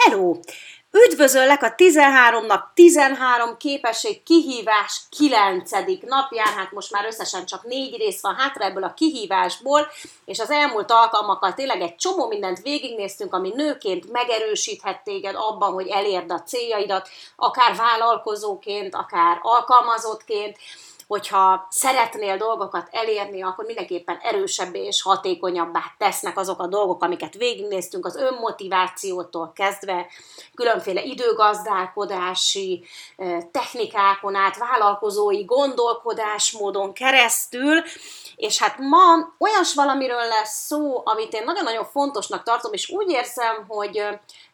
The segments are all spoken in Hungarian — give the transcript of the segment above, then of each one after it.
Hello! Üdvözöllek a 13 nap 13 képesség kihívás 9. napján, hát most már összesen csak 4 rész van hátra ebből a kihívásból, és az elmúlt alkalmakkal tényleg egy csomó mindent végignéztünk, ami nőként megerősíthet téged abban, hogy elérd a céljaidat, akár vállalkozóként, akár alkalmazottként. Hogyha szeretnél dolgokat elérni, akkor mindenképpen erősebbé és hatékonyabbá tesznek azok a dolgok, amiket végignéztünk, az önmotivációtól kezdve, különféle időgazdálkodási technikákon át, vállalkozói gondolkodásmódon keresztül, és hát ma olyas valamiről lesz szó, amit én nagyon-nagyon fontosnak tartom, és úgy érzem, hogy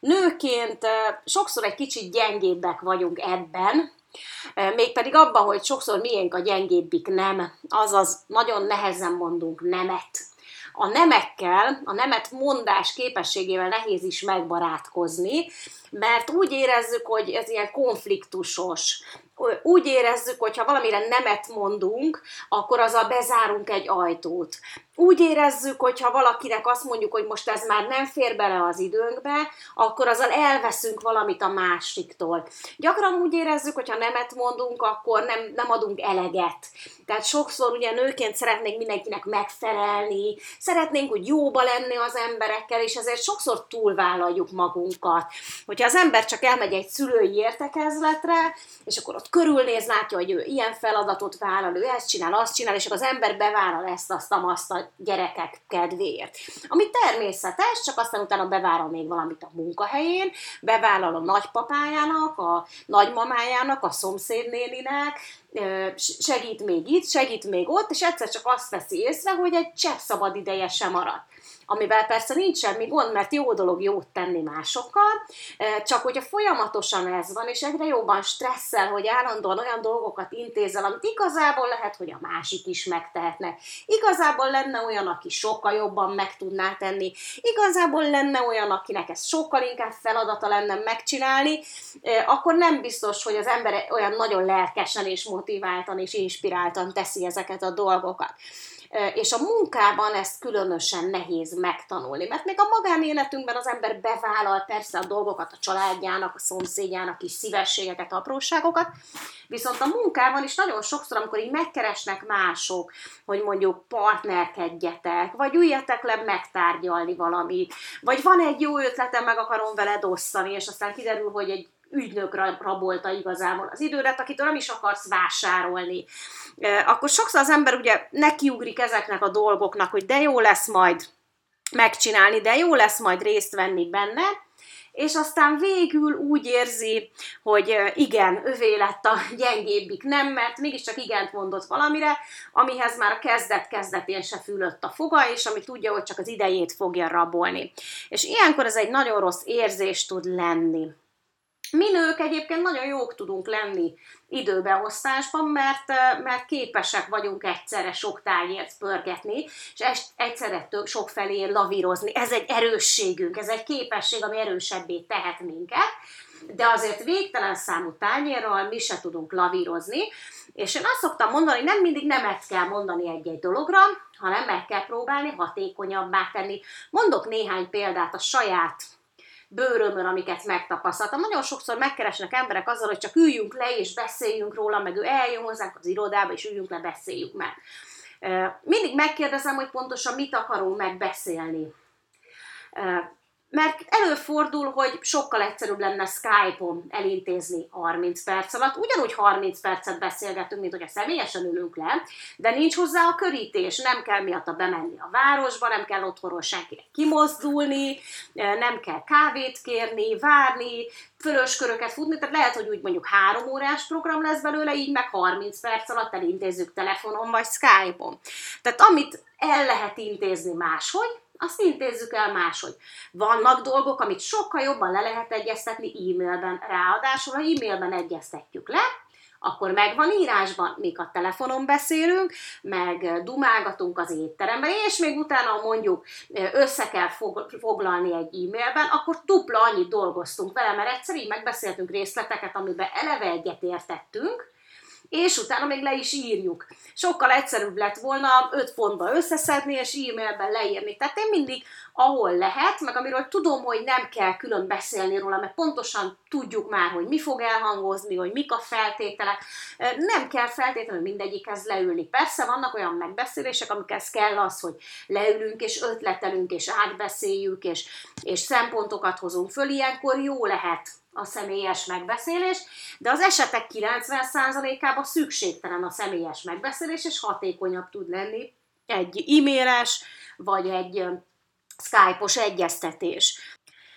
nőként sokszor egy kicsit gyengébbek vagyunk ebben, mégpedig abban, hogy sokszor miénk a gyengébbik nem, azaz nagyon nehezen mondunk nemet. A nemekkel, a nemet mondás képességével nehéz is megbarátkozni, mert úgy érezzük, hogy ez ilyen konfliktusos. Úgy érezzük, hogy ha valamire nemet mondunk, akkor azzal bezárunk egy ajtót. Úgy érezzük, hogy ha valakinek azt mondjuk, hogy most ez már nem fér bele az időnkbe, akkor azzal elveszünk valamit a másiktól. Gyakran úgy érezzük, hogy ha nemet mondunk, akkor nem adunk eleget. Tehát sokszor ugye nőként szeretnénk mindenkinek megfelelni, szeretnénk úgy jóba lenni az emberekkel, és ezért sokszor túlvállaljuk magunkat. Hogyha az ember csak elmegy egy szülői értekezletre, és akkor ott körülnéz, látja, hogy ő ilyen feladatot vállal, ő ezt csinál, azt csinál, és akkor az ember bevállal ezt, azt a gyerekek kedvéért. Ami természetes, csak aztán utána bevállal még valamit a munkahelyén, bevállal a nagypapájának, a nagymamájának, a szomszédnéninek, segít még itt, segít még ott, és egyszer csak azt veszi észre, hogy egy csepp szabad ideje sem maradt. Amivel persze nincs semmi gond, mert jó dolog jót tenni másokkal, csak hogyha folyamatosan ez van, és egyre jobban stresszel, hogy állandóan olyan dolgokat intézel, amit igazából lehet, hogy a másik is megtehetne. Igazából lenne olyan, aki sokkal jobban meg tudná tenni, igazából lenne olyan, akinek ez sokkal inkább feladata lenne megcsinálni, akkor nem biztos, hogy az ember olyan nagyon lelkesen és motiváltan és inspiráltan teszi ezeket a dolgokat. És a munkában ezt különösen nehéz megtanulni, mert még a magánéletünkben az ember bevállal persze a dolgokat a családjának, a szomszédjának, kis szívességeket, apróságokat, viszont a munkában is nagyon sokszor, amikor így megkeresnek mások, hogy mondjuk partnerkedjetek, vagy üljetek le megtárgyalni valamit, vagy van egy jó ötletem, meg akarom veled osztani, és aztán kiderül, hogy egy ügynök rabolta igazából az idődet, akitől nem is akarsz vásárolni. Akkor sokszor az ember ugye nekiugrik ezeknek a dolgoknak, hogy de jó lesz majd megcsinálni, de jó lesz majd részt venni benne, és aztán végül úgy érzi, hogy igen, övé lett a gyengébbik nem, mert mégiscsak igent mondott valamire, amihez már a kezdet-kezdetén se fülött a foga, és ami tudja, hogy csak az idejét fogja rabolni. És ilyenkor ez egy nagyon rossz érzés tud lenni. Mi nők egyébként nagyon jók tudunk lenni időbeosztásban, mert képesek vagyunk egyszerre sok tányért pörgetni, és egyszerre sok felé lavírozni. Ez egy erősségünk, ez egy képesség, ami erősebbé tehet minket, de azért végtelen számú tányérral mi se tudunk lavírozni, és én azt szoktam mondani, hogy nem mindig nemet kell mondani egy-egy dologra, hanem meg kell próbálni hatékonyabbá tenni. Mondok néhány példát a saját bőrömön, amiket megtapasztaltam. Nagyon sokszor megkeresnek emberek azzal, hogy csak üljünk le és beszéljünk róla, meg ő eljön hozzánk az irodába, és üljünk le, beszéljük meg. Mindig megkérdezem, hogy pontosan mit akarunk megbeszélni. Mert előfordul, hogy sokkal egyszerűbb lenne Skype-on elintézni 30 perc alatt. Ugyanúgy 30 percet beszélgetünk, mint hogy a személyesen ülünk le, de nincs hozzá a körítés, nem kell miatta bemenni a városba, nem kell otthonról senkinek kimozdulni, nem kell kávét kérni, várni, fölös köröket futni, tehát lehet, hogy úgy mondjuk 3 órás program lesz belőle, így meg 30 perc alatt elintézzük telefonon vagy Skype-on. Tehát amit el lehet intézni máshogy, azt intézzük el máshogy. Vannak dolgok, amit sokkal jobban le lehet egyeztetni e-mailben. Ráadásul, ha e-mailben egyeztetjük le, akkor megvan írásban, míg a telefonon beszélünk, meg dumálgatunk az étteremben, és még utána mondjuk össze kell foglalni egy e-mailben, akkor dupla annyit dolgoztunk vele, mert egyszer így megbeszéltünk részleteket, amiben eleve egyetértettünk, és utána még le is írjuk. Sokkal egyszerűbb lett volna 5 pontba összeszedni, és e-mailben leírni. Tehát én mindig, ahol lehet, meg amiről tudom, hogy nem kell külön beszélni róla, mert pontosan tudjuk már, hogy mi fog elhangozni, hogy mik a feltételek. Nem kell feltétlenül mindegyikhez leülni. Persze vannak olyan megbeszélések, amikhez kell az, hogy leülünk, és ötletelünk, és átbeszéljük, és szempontokat hozunk föl. Ilyenkor jó lehet a személyes megbeszélés, de az esetek 90%-ában szükségtelen a személyes megbeszélés, és hatékonyabb tud lenni egy e-mailes, vagy egy Skype-os egyeztetés.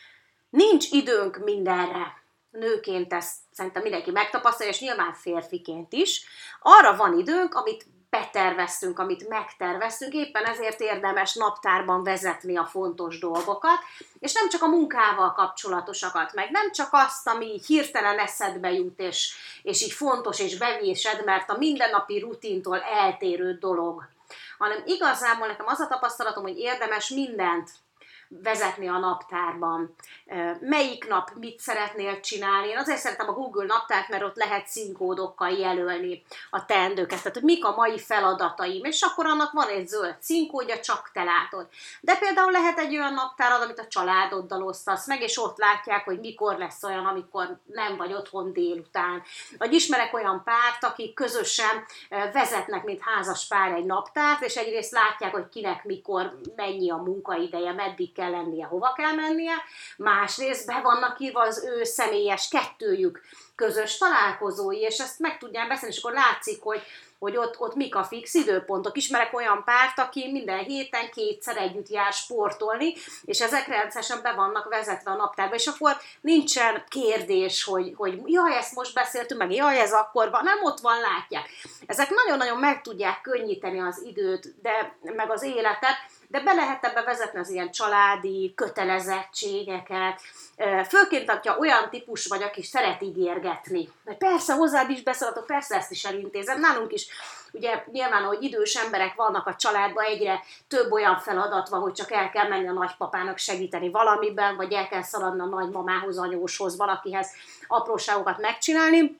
Nincs időnk mindenre. Nőként ezt szerintem mindenki megtapasztalja, és nyilván férfiként is. Arra van időnk, amit beterveztünk, amit megterveztünk, éppen ezért érdemes naptárban vezetni a fontos dolgokat, és nem csak a munkával kapcsolatosakat, meg nem csak azt, ami így hirtelen eszedbe jut, és így fontos, és bevésed, mert a mindennapi rutintól eltérő dolog, hanem igazából nekem az a tapasztalatom, hogy érdemes mindent vezetni a naptárban. Melyik nap mit szeretnél csinálni? Én azért szeretem a Google naptárt, mert ott lehet színkódokkal jelölni a teendőket, tehát hogy mik a mai feladataim, és akkor annak van egy zöld színkódja, csak te látod. De például lehet egy olyan naptárad, amit a családoddal osztasz meg, és ott látják, hogy mikor lesz olyan, amikor nem vagy otthon délután. Vagy ismerek olyan párt, akik közösen vezetnek, mint házas pár egy naptárt, és egyrészt látják, hogy kinek mikor, mennyi a munkaideje, meddig kell lennie, hova kell mennie, másrészt be vannak írva az ő személyes kettőjük közös találkozói, és ezt meg tudják beszélni, és akkor látszik, hogy ott mik a fix időpontok. Ismerek olyan párt, aki minden héten 2-szer együtt jár sportolni, és ezek rendszeresen be vannak vezetve a naptárba, és akkor nincsen kérdés, hogy jaj, ezt most beszéltünk, meg jaj, ez akkor van, nem ott van, látják. Ezek nagyon-nagyon meg tudják könnyíteni az időt, meg az életet, de be lehet ebbe vezetni az ilyen családi kötelezettségeket, főként, hogyha olyan típus vagy, aki szeret ígérgetni. Mert persze hozzád is beszélhetek, persze ezt is elintézem. Nálunk is, ugye nyilván, hogy idős emberek vannak a családban, egyre több olyan feladat van, hogy csak el kell menni a nagypapának segíteni valamiben, vagy el kell szaladni a nagymamához, anyóshoz, valakihez apróságokat megcsinálni.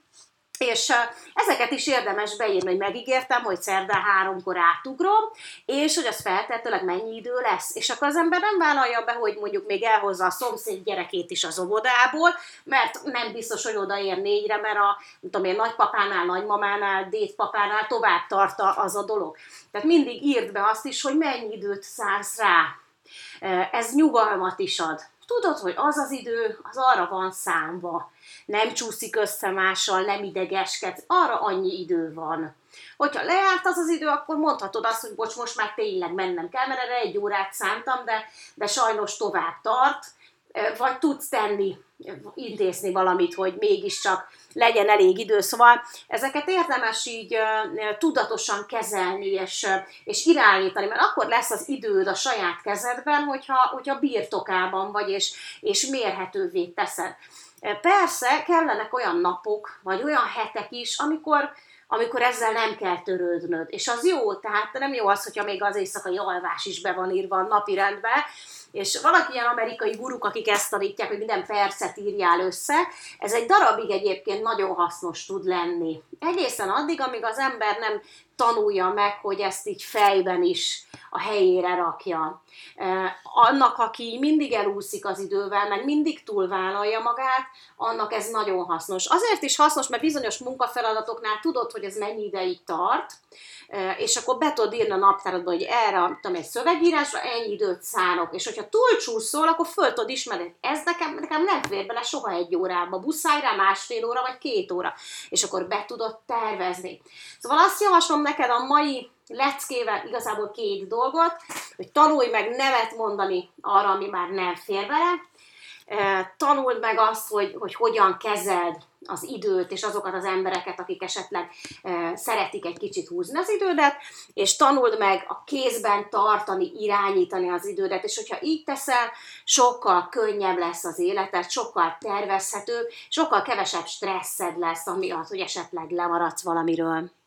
És ezeket is érdemes beírni, hogy megígértem, hogy szerdán 3-kor átugrom, és hogy az feltétlenül mennyi idő lesz. És akkor az ember nem vállalja be, hogy mondjuk még elhozza a szomszéd gyerekét is az óvodából, mert nem biztos, hogy odaér 4-re, mert nagypapánál, nagymamánál, dédpapánál tovább tart az a dolog. Tehát mindig írd be azt is, hogy mennyi időt szánsz rá. Ez nyugalmat is ad. Tudod, hogy az az idő, az arra van számva. Nem csúszik össze mással, nem idegeskedsz, arra annyi idő van. Hogyha lejárt az az idő, akkor mondhatod azt, hogy bocs, most már tényleg mennem kell, mert erre 1 órát szántam, de sajnos tovább tart, vagy tudsz tenni, intézni valamit, hogy mégiscsak legyen elég idő. Szóval ezeket érdemes így tudatosan kezelni és irányítani, mert akkor lesz az időd a saját kezedben, hogyha birtokában vagy, és mérhetővé teszed. Persze kellenek olyan napok, vagy olyan hetek is, amikor ezzel nem kell törődnöd. És az jó, tehát nem jó az, hogyha még az éjszakai alvás is be van írva a napirendbe, és vannak ilyen amerikai guruk, akik ezt tanítják, hogy minden percet írjál össze. Ez egy darabig egyébként nagyon hasznos tud lenni. Egészen addig, amíg az ember nem tanulja meg, hogy ezt így fejben is a helyére rakja. Annak, aki mindig elúszik az idővel, meg mindig túlvállalja magát, annak ez nagyon hasznos. Azért is hasznos, mert bizonyos munkafeladatoknál tudod, hogy ez mennyi ideig tart, és akkor be tudod írni a naptáradba, hogy erre, egy szövegírásra ennyi időt szánok, és hogyha túlcsúszol, akkor föl tudod ismerni, hogy ez nekem nem fér bele soha 1 órába, buszállj rá 1,5 óra vagy 2 óra, és akkor be tudod tervezni. Szóval azt javaslom neked a mai leckével igazából 2 dolgot, hogy tanulj meg nemet mondani arra, ami már nem fér bele, tanuld meg azt, hogy hogyan kezeld az időt, és azokat az embereket, akik esetleg szeretik egy kicsit húzni az idődet, és tanuld meg a kézben tartani, irányítani az idődet, és hogyha így teszel, sokkal könnyebb lesz az életed, sokkal tervezhetőbb, sokkal kevesebb stresszed lesz, amiatt, hogy esetleg lemaradsz valamiről.